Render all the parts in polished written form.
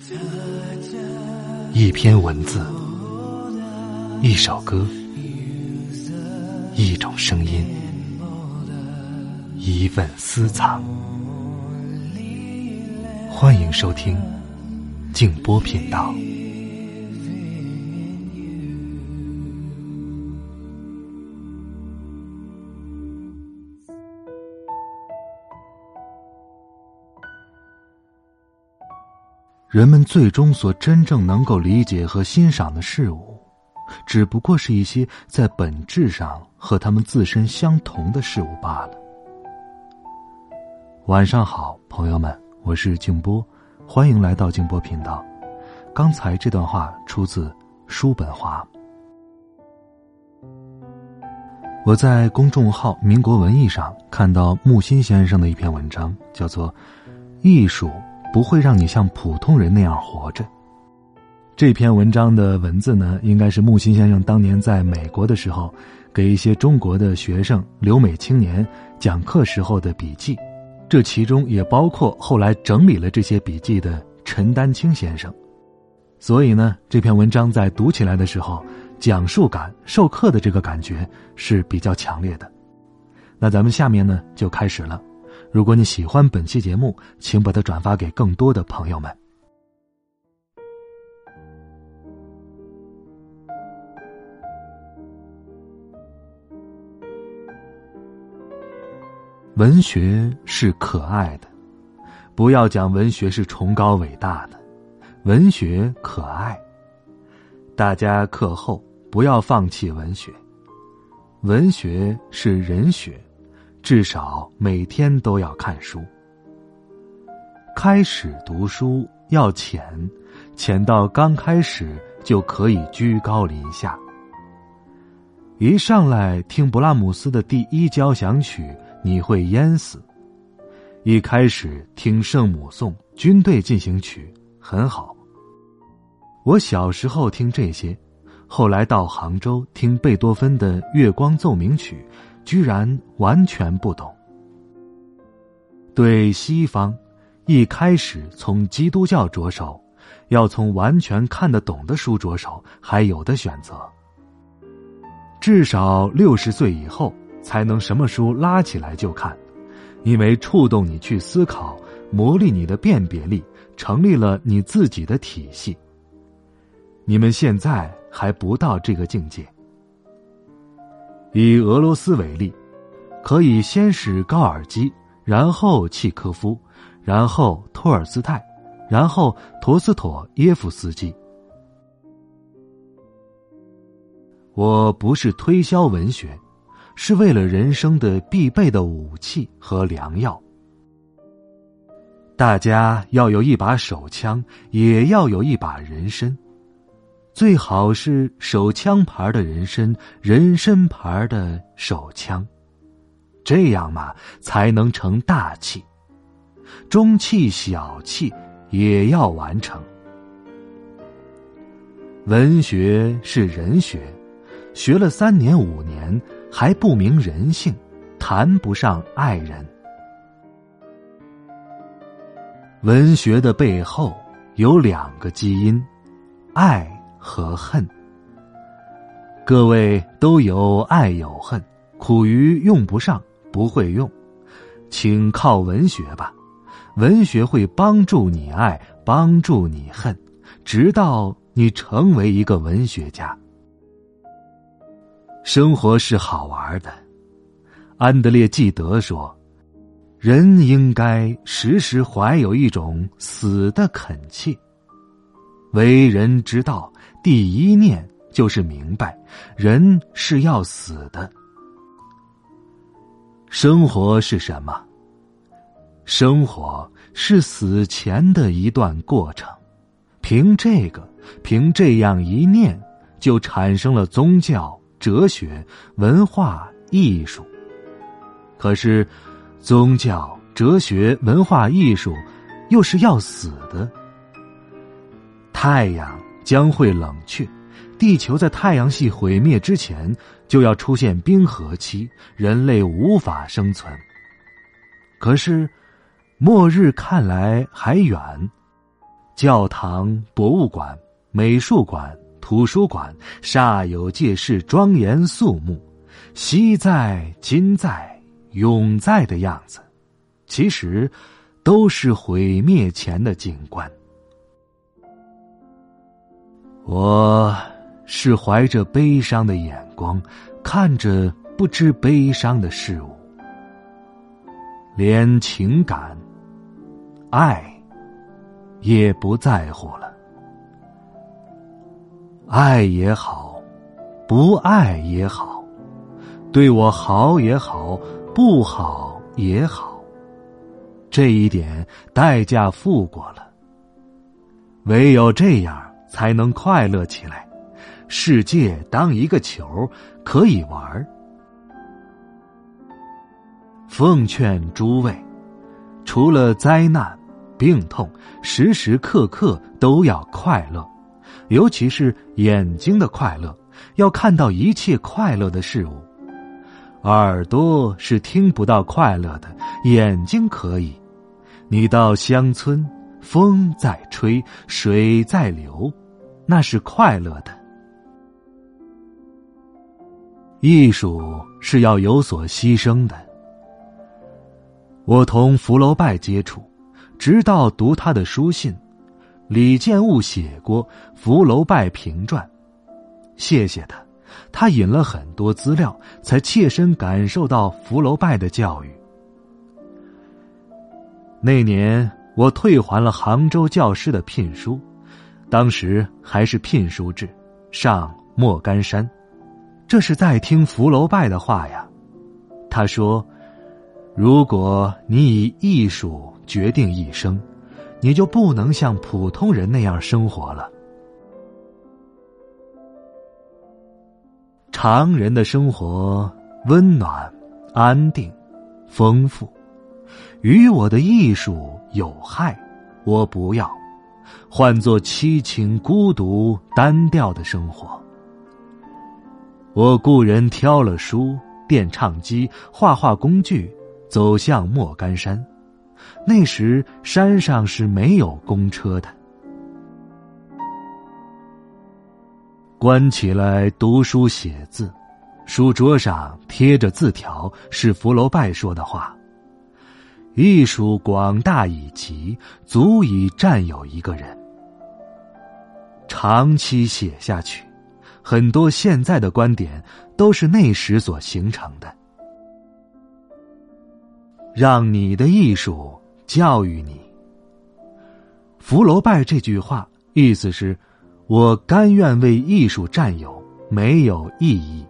一篇文字，一首歌，一种声音，一份私藏。欢迎收听静波频道。人们最终所真正能够理解和欣赏的事物，只不过是一些在本质上和他们自身相同的事物罢了。晚上好，朋友们，我是静波，欢迎来到静波频道。刚才这段话出自叔本华。我在公众号民国文艺上看到木心先生的一篇文章，叫做《艺术不会让你像普通人那样活着》。这篇文章的文字呢，应该是木心先生当年在美国的时候给一些中国的学生留美青年讲课时候的笔记，这其中也包括后来整理了这些笔记的陈丹青先生。所以呢，这篇文章在读起来的时候，讲述感、授课的这个感觉是比较强烈的。那咱们下面呢就开始了。如果你喜欢本期节目，请把它转发给更多的朋友们。文学是可爱的，不要讲文学是崇高伟大的，文学可爱。大家课后不要放弃文学，文学是人学，至少每天都要看书。开始读书要浅，浅到刚开始就可以居高临下。一上来听布拉姆斯的第一交响曲，你会淹死。一开始听圣母颂、军队进行曲，很好。我小时候听这些，后来到杭州听贝多芬的《月光奏鸣曲》，居然完全不懂。对西方，一开始从基督教着手，要从完全看得懂的书着手，还有的选择。至少60岁以后才能什么书拉起来就看，因为触动你去思考，磨砺你的辨别力，成立了你自己的体系。你们现在还不到这个境界。以俄罗斯为例，可以先是高尔基，然后契科夫，然后托尔斯泰，然后陀思妥耶夫斯基。我不是推销文学，是为了人生的必备的武器和良药。大家要有一把手枪，也要有一把人参，最好是手枪牌的人参，人参牌的手枪，这样嘛才能成大器。中器小器也要完成。文学是人学，学了3年5年还不明人性，谈不上爱人。文学的背后有2个基因，爱和恨。各位都有爱有恨，苦于用不上，不会用，请靠文学吧。文学会帮助你爱，帮助你恨，直到你成为一个文学家。生活是好玩的。安德烈·纪德说，人应该时时怀有一种死的恳切。为人之道，第一念就是明白，人是要死的。生活是什么？生活是死前的一段过程。凭这样一念，就产生了宗教、哲学、文化、艺术。可是宗教、哲学、文化、艺术又是要死的。太阳将会冷却，地球在太阳系毁灭之前就要出现冰河期，人类无法生存。可是末日看来还远， 教堂、博物馆、美术馆、图书馆煞有介事、庄严肃穆，昔在、今在、永在的样子，其实都是毁灭前的景观。我是怀着悲伤的眼光看着不知悲伤的事物，连情感、爱也不在乎了。爱也好，不爱也好，对我好也好，不好也好，这一点代价付过了。唯有这样才能快乐起来，世界当一个球可以玩。奉劝诸位，除了灾难、病痛，时时刻刻都要快乐，尤其是眼睛的快乐，要看到一切快乐的事物。耳朵是听不到快乐的，眼睛可以。你到乡村，风在吹，水在流，那是快乐的。艺术是要有所牺牲的。我同福楼拜接触，直到读他的书信，李建悟写过福楼拜评传，谢谢他，他引了很多资料，才切身感受到福楼拜的教育。那年我退还了杭州教师的聘书，当时还是聘书制，上莫干山，这是在听福楼拜的话呀。他说，如果你以艺术决定一生，你就不能像普通人那样生活了。常人的生活温暖、安定、丰富，与我的艺术有害，我不要，换作凄清、孤独、单调的生活。我雇人挑了书、电唱机、画画工具，走向莫干山。那时山上是没有公车的。关起来读书写字，书桌上贴着字条，是福楼拜说的话：艺术广大以极，足以占有一个人。长期写下去，很多现在的观点都是那时所形成的。让你的艺术教育你。福楼拜这句话意思是，我甘愿为艺术占有，没有意义。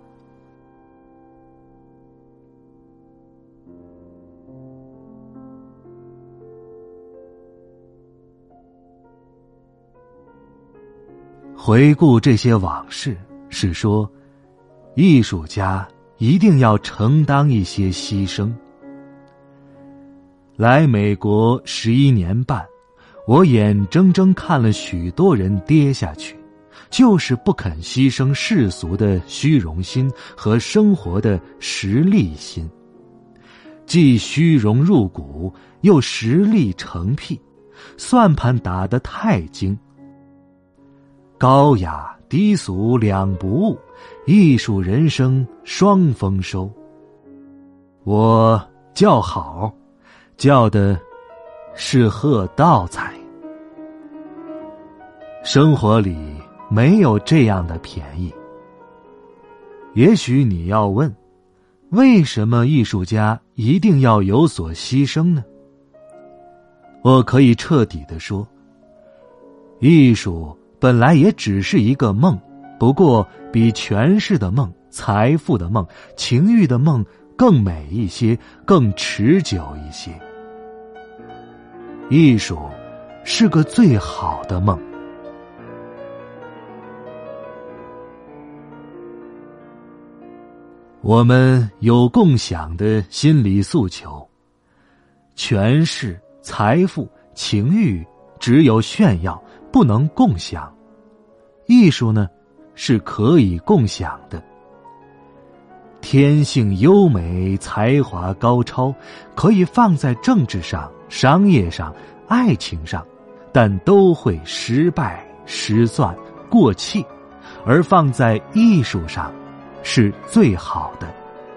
回顾这些往事，是说，艺术家一定要承担一些牺牲。来美国11年半，我眼睁睁看了许多人跌下去，就是不肯牺牲世俗的虚荣心和生活的实力心，既虚荣入骨，又实力成癖，算盘打得太精。高雅低俗两不误，艺术人生双丰收。我叫好，叫的是贺道才。生活里没有这样的便宜。也许你要问，为什么艺术家一定要有所牺牲呢？我可以彻底地说，艺术本来也只是一个梦，不过比权势的梦、财富的梦、情欲的梦更美一些，更持久一些。艺术是个最好的梦。我们有共享的心理诉求，权势、财富、情欲只有炫耀，不能共享。艺术呢，是可以共享的。天性优美，才华高超，可以放在政治上、商业上、爱情上， 但都会失败、失算、过气，而放在艺术上是最好的。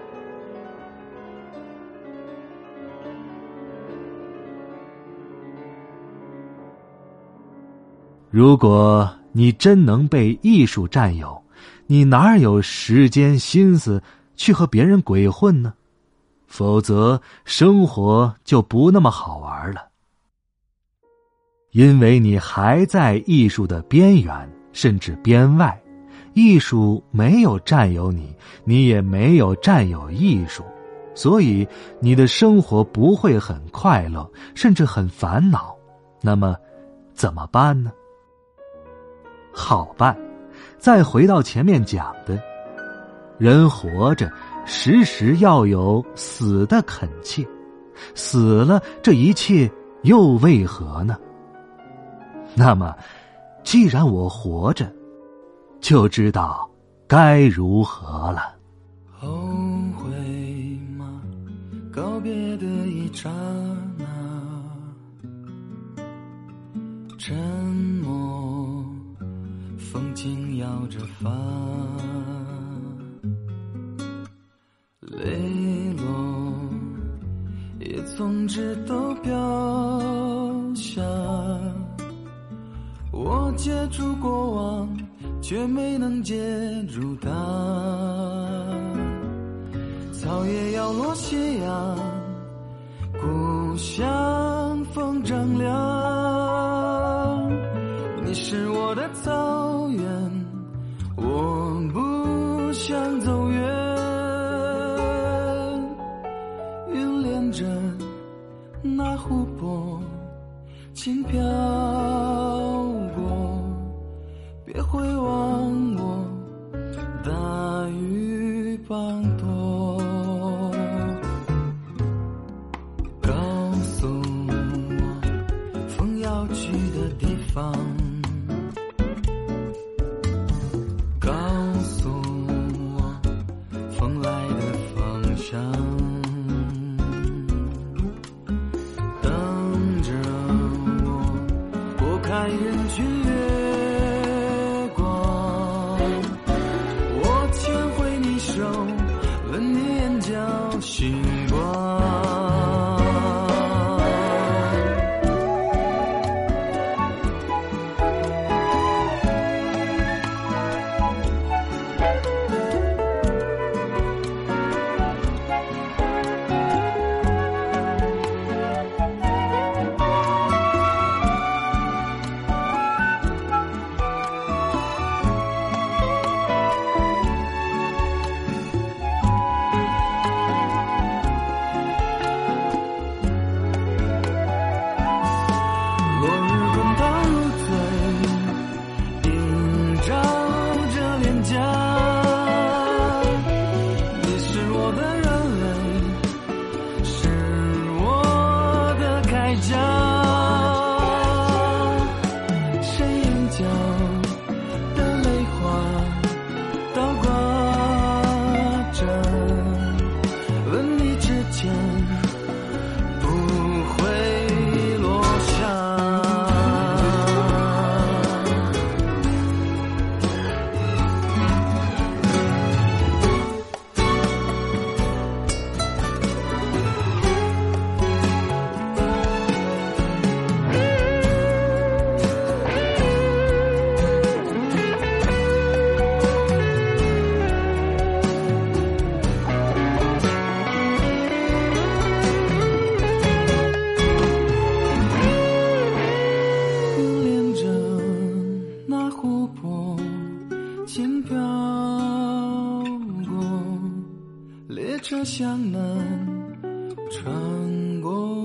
如果你真能被艺术占有，你哪有时间心思去和别人鬼混呢？否则生活就不那么好玩了。因为你还在艺术的边缘甚至边外，艺术没有占有你，你也没有占有艺术，所以你的生活不会很快乐，甚至很烦恼。那么怎么办呢？好办，再回到前面讲的，人活着时时要有死的恳切，死了这一切又为何呢？那么既然我活着，就知道该如何了。 后悔吗？告别的一刹那，沉默，风轻摇着发，泪落，也从指都飘下。我接住过往，却没能接住它。草也要落斜阳，故乡风正凉。你是我的草原，我不想走远。云连着那湖泊，轻飘过，别回望我，大雨滂沱。告诉我风要去的地方，告诉我风来的方向，等着我拨开人群月光，我牵回你手，吻你眼角星光。轻飘过，列车向南穿过。